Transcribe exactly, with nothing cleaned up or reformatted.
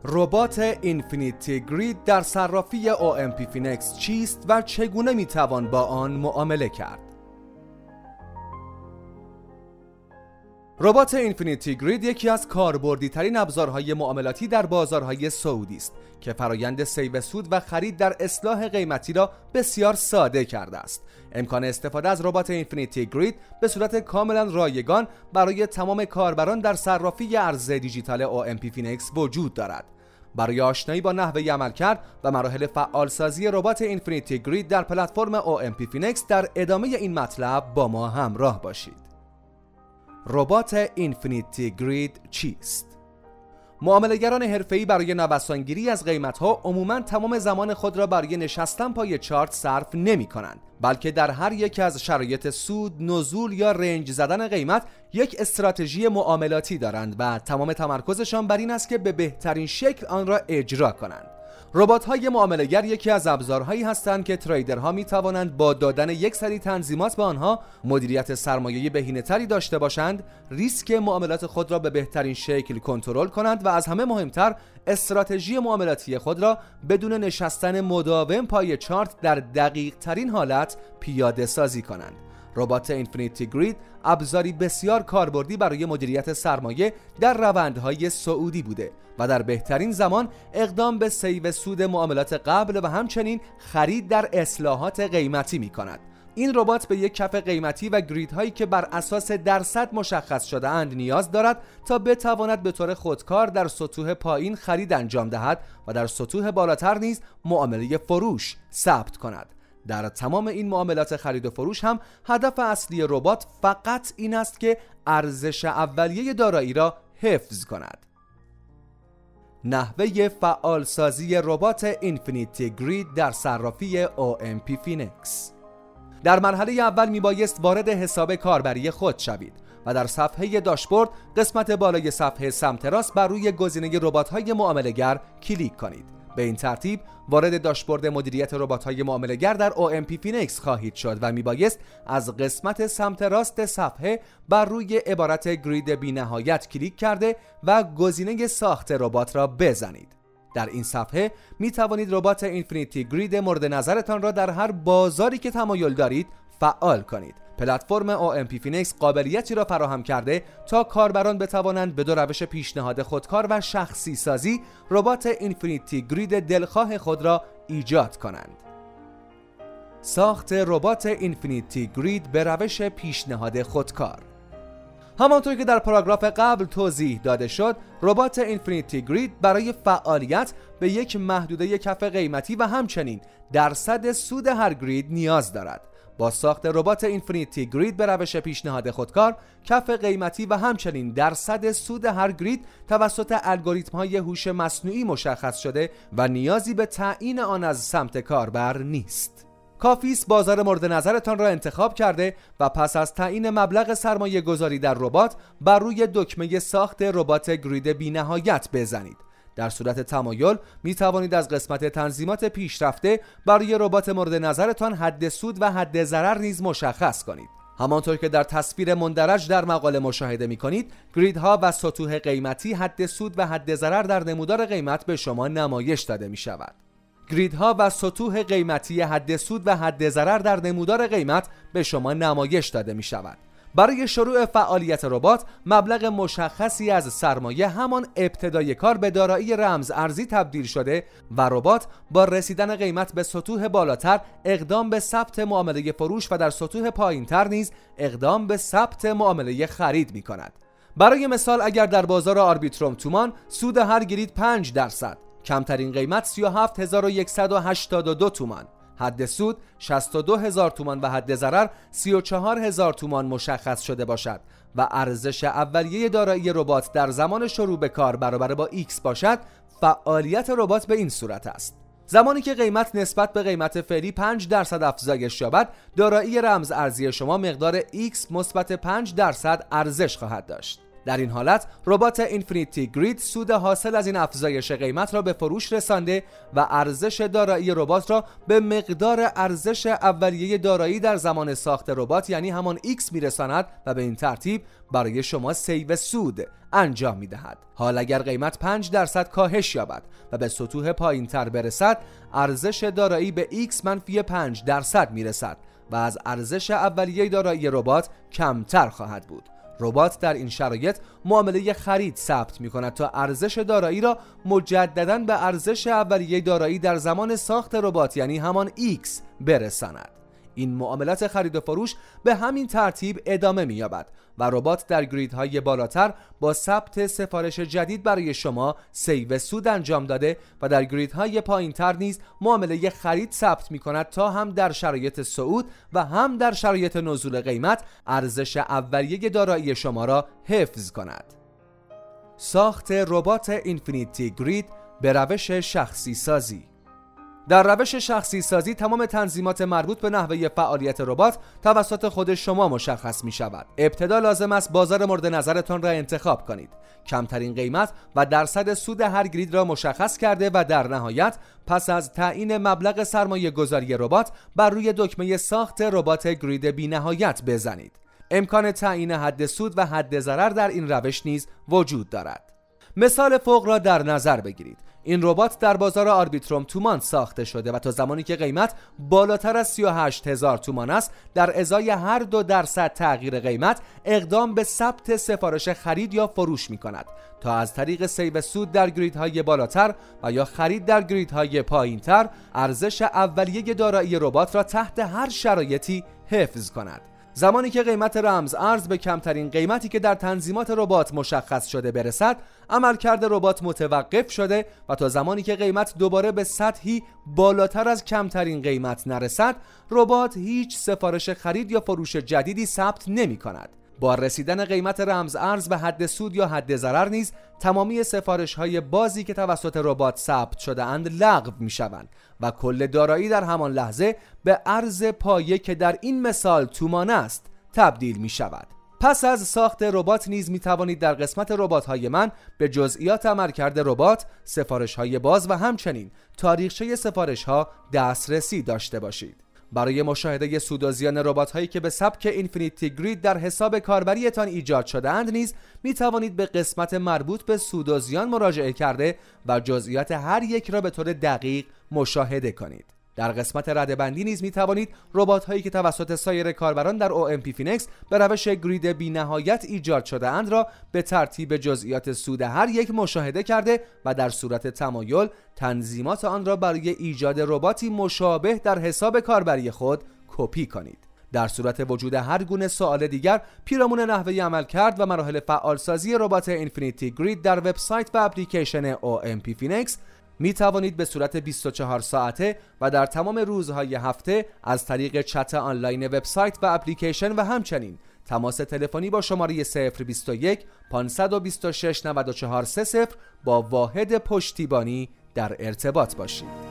ربات اینفینیتی گرید در صرافی او ام پی فینکس چیست و چگونه میتوان با آن معامله کرد؟ ربات اینفینیتی گرید یکی از کاربردی ترین ابزارهای معاملاتی در بازارهای سعودی است که فرایند سیو سود و خرید در اصلاح قیمتی را بسیار ساده کرده است. امکان استفاده از ربات اینفینیتی گرید به صورت کاملا رایگان برای تمام کاربران در صرافی ارز دیجیتال او ام پی فینکس وجود دارد. برای آشنایی با نحوه عملکرد و مراحل فعالسازی ربات اینفینیتی گرید در پلتفرم او ام پی فینکس در ادامه این مطلب با ما همراه باشید. ربات اینفینیتی گرید چیست؟ معامله‌گران حرفه‌ای برای نوسانگیری از قیمت‌ها عموماً تمام زمان خود را برای نشستن پای چارت صرف نمی‌کنند، بلکه در هر یک از شرایط سود، نزول یا رنج زدن قیمت یک استراتژی معاملاتی دارند و تمام تمرکزشان بر این است که به بهترین شکل آن را اجرا کنند. ربات‌های معامله‌گر یکی از ابزارهایی هستند که تریدرها می‌توانند با دادن یک سری تنظیمات به آنها مدیریت سرمایه بهینه‌تری داشته باشند، ریسک معاملات خود را به بهترین شکل کنترل کنند و از همه مهمتر استراتژی معاملاتی خود را بدون نشستن مداوم پای چارت در دقیق‌ترین حالت پیاده سازی کنند. ربات اینفینیتی گرید ابزاری بسیار کاربردی برای مدیریت سرمایه در روندهای سعودی بوده و در بهترین زمان اقدام به سیو سود معاملات قبل و همچنین خرید در اصلاحات قیمتی می کند. این ربات به یک کف قیمتی و گریدهایی که بر اساس درصد مشخص شده اند نیاز دارد تا بتواند به طور خودکار در سطوح پایین خرید انجام دهد و در سطوح بالاتر نیز معامله فروش ثبت کند. در تمام این معاملات خرید و فروش هم هدف اصلی ربات فقط این است که ارزش اولیه دارایی را حفظ کند. نحوه فعالسازی ربات اینفینیتی گرید در صرافی او ام پی فینکس. در مرحله اول میبایست وارد حساب کاربری خود شوید و در صفحه داشبورد قسمت بالای صفحه سمت راست بر روی گزینه ربات‌های معامله‌گر کلیک کنید. به این ترتیب وارد داشبورد مدیریت ربات‌های معامله‌گر در او ام پی فینکس خواهید شد و میبایست از قسمت سمت راست صفحه بر روی عبارت گرید بی‌نهایت کلیک کرده و گزینه ساخت ربات را بزنید. در این صفحه می توانید ربات اینفینیتی گرید مورد نظرتان را در هر بازاری که تمایل دارید فعال کنید. پلتفرم او ام پی فینکس قابلیتی را فراهم کرده تا کاربران بتوانند به دو روش پیشنهاد خودکار و شخصی سازی ربات اینفینیتی گرید دلخواه خود را ایجاد کنند. ساخت ربات اینفینیتی گرید به روش پیشنهاد خودکار. همانطور که در پاراگراف قبل توضیح داده شد، ربات اینفینیتی گرید برای فعالیت به یک محدوده کف قیمتی و همچنین درصد سود هر گرید نیاز دارد. با ساخت ربات اینفینیتی گرید به روش پیشنهاد خودکار، کف قیمتی و همچنین درصد سود هر گرید توسط الگوریتم‌های هوش مصنوعی مشخص شده و نیازی به تعیین آن از سمت کاربر نیست. کافی است بازار مورد نظرتان را انتخاب کرده و پس از تعیین مبلغ سرمایه گذاری در ربات بر روی دکمه ساخت ربات گرید بی‌نهایت بزنید. در صورت تمایل می توانید از قسمت تنظیمات پیشرفته برای ربات مورد نظرتان حد سود و حد ضرر نیز مشخص کنید. همانطور که در تصویر مندرج در مقاله مشاهده می کنید، گریدها و سطوح قیمتی حد سود و حد ضرر در نمودار قیمت به شما نمایش داده می شود. گریدها و سطوح قیمتی حد سود و حد ضرر در نمودار قیمت به شما نمایش داده می شود. برای شروع فعالیت ربات مبلغ مشخصی از سرمایه همان ابتدای کار به دارایی رمز ارزی تبدیل شده و ربات با رسیدن قیمت به سطوح بالاتر اقدام به ثبت معامله فروش و در سطوح پایینتر نیز اقدام به ثبت معامله خرید می کند. برای مثال اگر در بازار آربیتروم تومان سود هر گرید پنج درصد، کمترین قیمت سی و هفت هزار و صد و هشتاد و دو تومان، حد سود شصت و دو هزار تومان و حد ضرر سی و چهار هزار تومان مشخص شده باشد و ارزش اولیه دارایی ربات در زمان شروع به کار برابر با X باشد، فعالیت ربات به این صورت است: زمانی که قیمت نسبت به قیمت فعلی پنج درصد افزایش یابد، دارایی رمز ارزی شما مقدار X مثبت پنج درصد ارزش خواهد داشت. در این حالت ربات اینفینیتی گرید سود حاصل از این افزایش قیمت را به فروش رسانده و ارزش دارایی ربات را به مقدار ارزش اولیه دارایی در زمان ساخت ربات یعنی همان X میرساند و به این ترتیب برای شما سیو سود انجام میدهد. حال اگر قیمت پنج درصد کاهش یابد و به سطوح پایین تر برسد، ارزش دارایی به X منفی پنج درصد میرسد و از ارزش اولیه دارایی ربات کمتر خواهد بود. ربات در این شرایط معامله خرید ثبت می کند تا ارزش دارایی را مجدداً به ارزش اولیه دارایی در زمان ساخت ربات یعنی همان X برساند. این معاملات خرید و فروش به همین ترتیب ادامه می یابد و ربات در گریدهای بالاتر با ثبت سفارش جدید برای شما سیو سود انجام داده و در گریدهای پایینتر نیز معامله خرید ثبت می کند تا هم در شرایط صعود و هم در شرایط نزول قیمت ارزش اولیه دارایی شما را حفظ کند. ساخت ربات اینفینیتی گرید به روش شخصی سازی. در روش شخصی سازی تمام تنظیمات مربوط به نحوه فعالیت ربات توسط خود شما مشخص می شود. ابتدا لازم است بازار مورد نظرتان را انتخاب کنید، کمترین قیمت و درصد سود هر گرید را مشخص کرده و در نهایت پس از تعیین مبلغ سرمایه گذاری ربات بر روی دکمه ساخت ربات گرید بی نهایت بزنید. امکان تعیین حد سود و حد ضرر در این روش نیز وجود دارد. مثال فوق را در نظر بگیرید. این ربات در بازار آربیتروم تومان ساخته شده و تا زمانی که قیمت بالاتر از سی و هشت هزار تومان است در ازای هر دو درصد تغییر قیمت اقدام به ثبت سفارش خرید یا فروش می کند تا از طریق سیو سود در گریدهای بالاتر و یا خرید در گریدهای پایینتر ارزش اولیه دارایی ربات را تحت هر شرایطی حفظ کند. زمانی که قیمت رمز ارز به کمترین قیمتی که در تنظیمات ربات مشخص شده برسد، عملکرد ربات متوقف شده و تا زمانی که قیمت دوباره به سطحی بالاتر از کمترین قیمت نرسد، ربات هیچ سفارش خرید یا فروش جدیدی ثبت نمی کند. با رسیدن قیمت رمز ارز به حد سود یا حد ضرر نیز تمامی سفارش های بازی که توسط ربات ثبت شده اند لغو می شوند و کل دارایی در همان لحظه به ارز پایه که در این مثال تومان است تبدیل می شود. پس از ساخت ربات نیز می توانید در قسمت ربات های من به جزئیات عملکرد ربات، سفارش های باز و همچنین تاریخچه سفارش ها دسترسی داشته باشید. برای مشاهده سود و زیان ربات هایی که به سبک اینفینیتی گرید در حساب کاربریتان ایجاد شده اند نیز می توانید به قسمت مربوط به سود و زیان مراجعه کرده و جزئیات هر یک را به طور دقیق مشاهده کنید. در قسمت رده‌بندی نیز می توانید ربات هایی که توسط سایر کاربران در او ام پی Finex به روش گرید بی نهایت ایجاد شده اند را به ترتیب جزئیات سود هر یک مشاهده کرده و در صورت تمایل تنظیمات آن را برای ایجاد رباتی مشابه در حساب کاربری خود کپی کنید. در صورت وجود هر گونه سوال دیگر پیرامون نحوه عمل کرد و مراحل فعالسازی ربات اینفینیتی گرید در وبسایت و اپلیکیشن او ام پی Finex می توانید به صورت بیست و چهار ساعته و در تمام روزهای هفته از طریق چت آنلاین وبسایت و اپلیکیشن و همچنین تماس تلفنی با شماره صفر بیست و یک پانصد و بیست و شش نود و چهار سه صفر با واحد پشتیبانی در ارتباط باشید.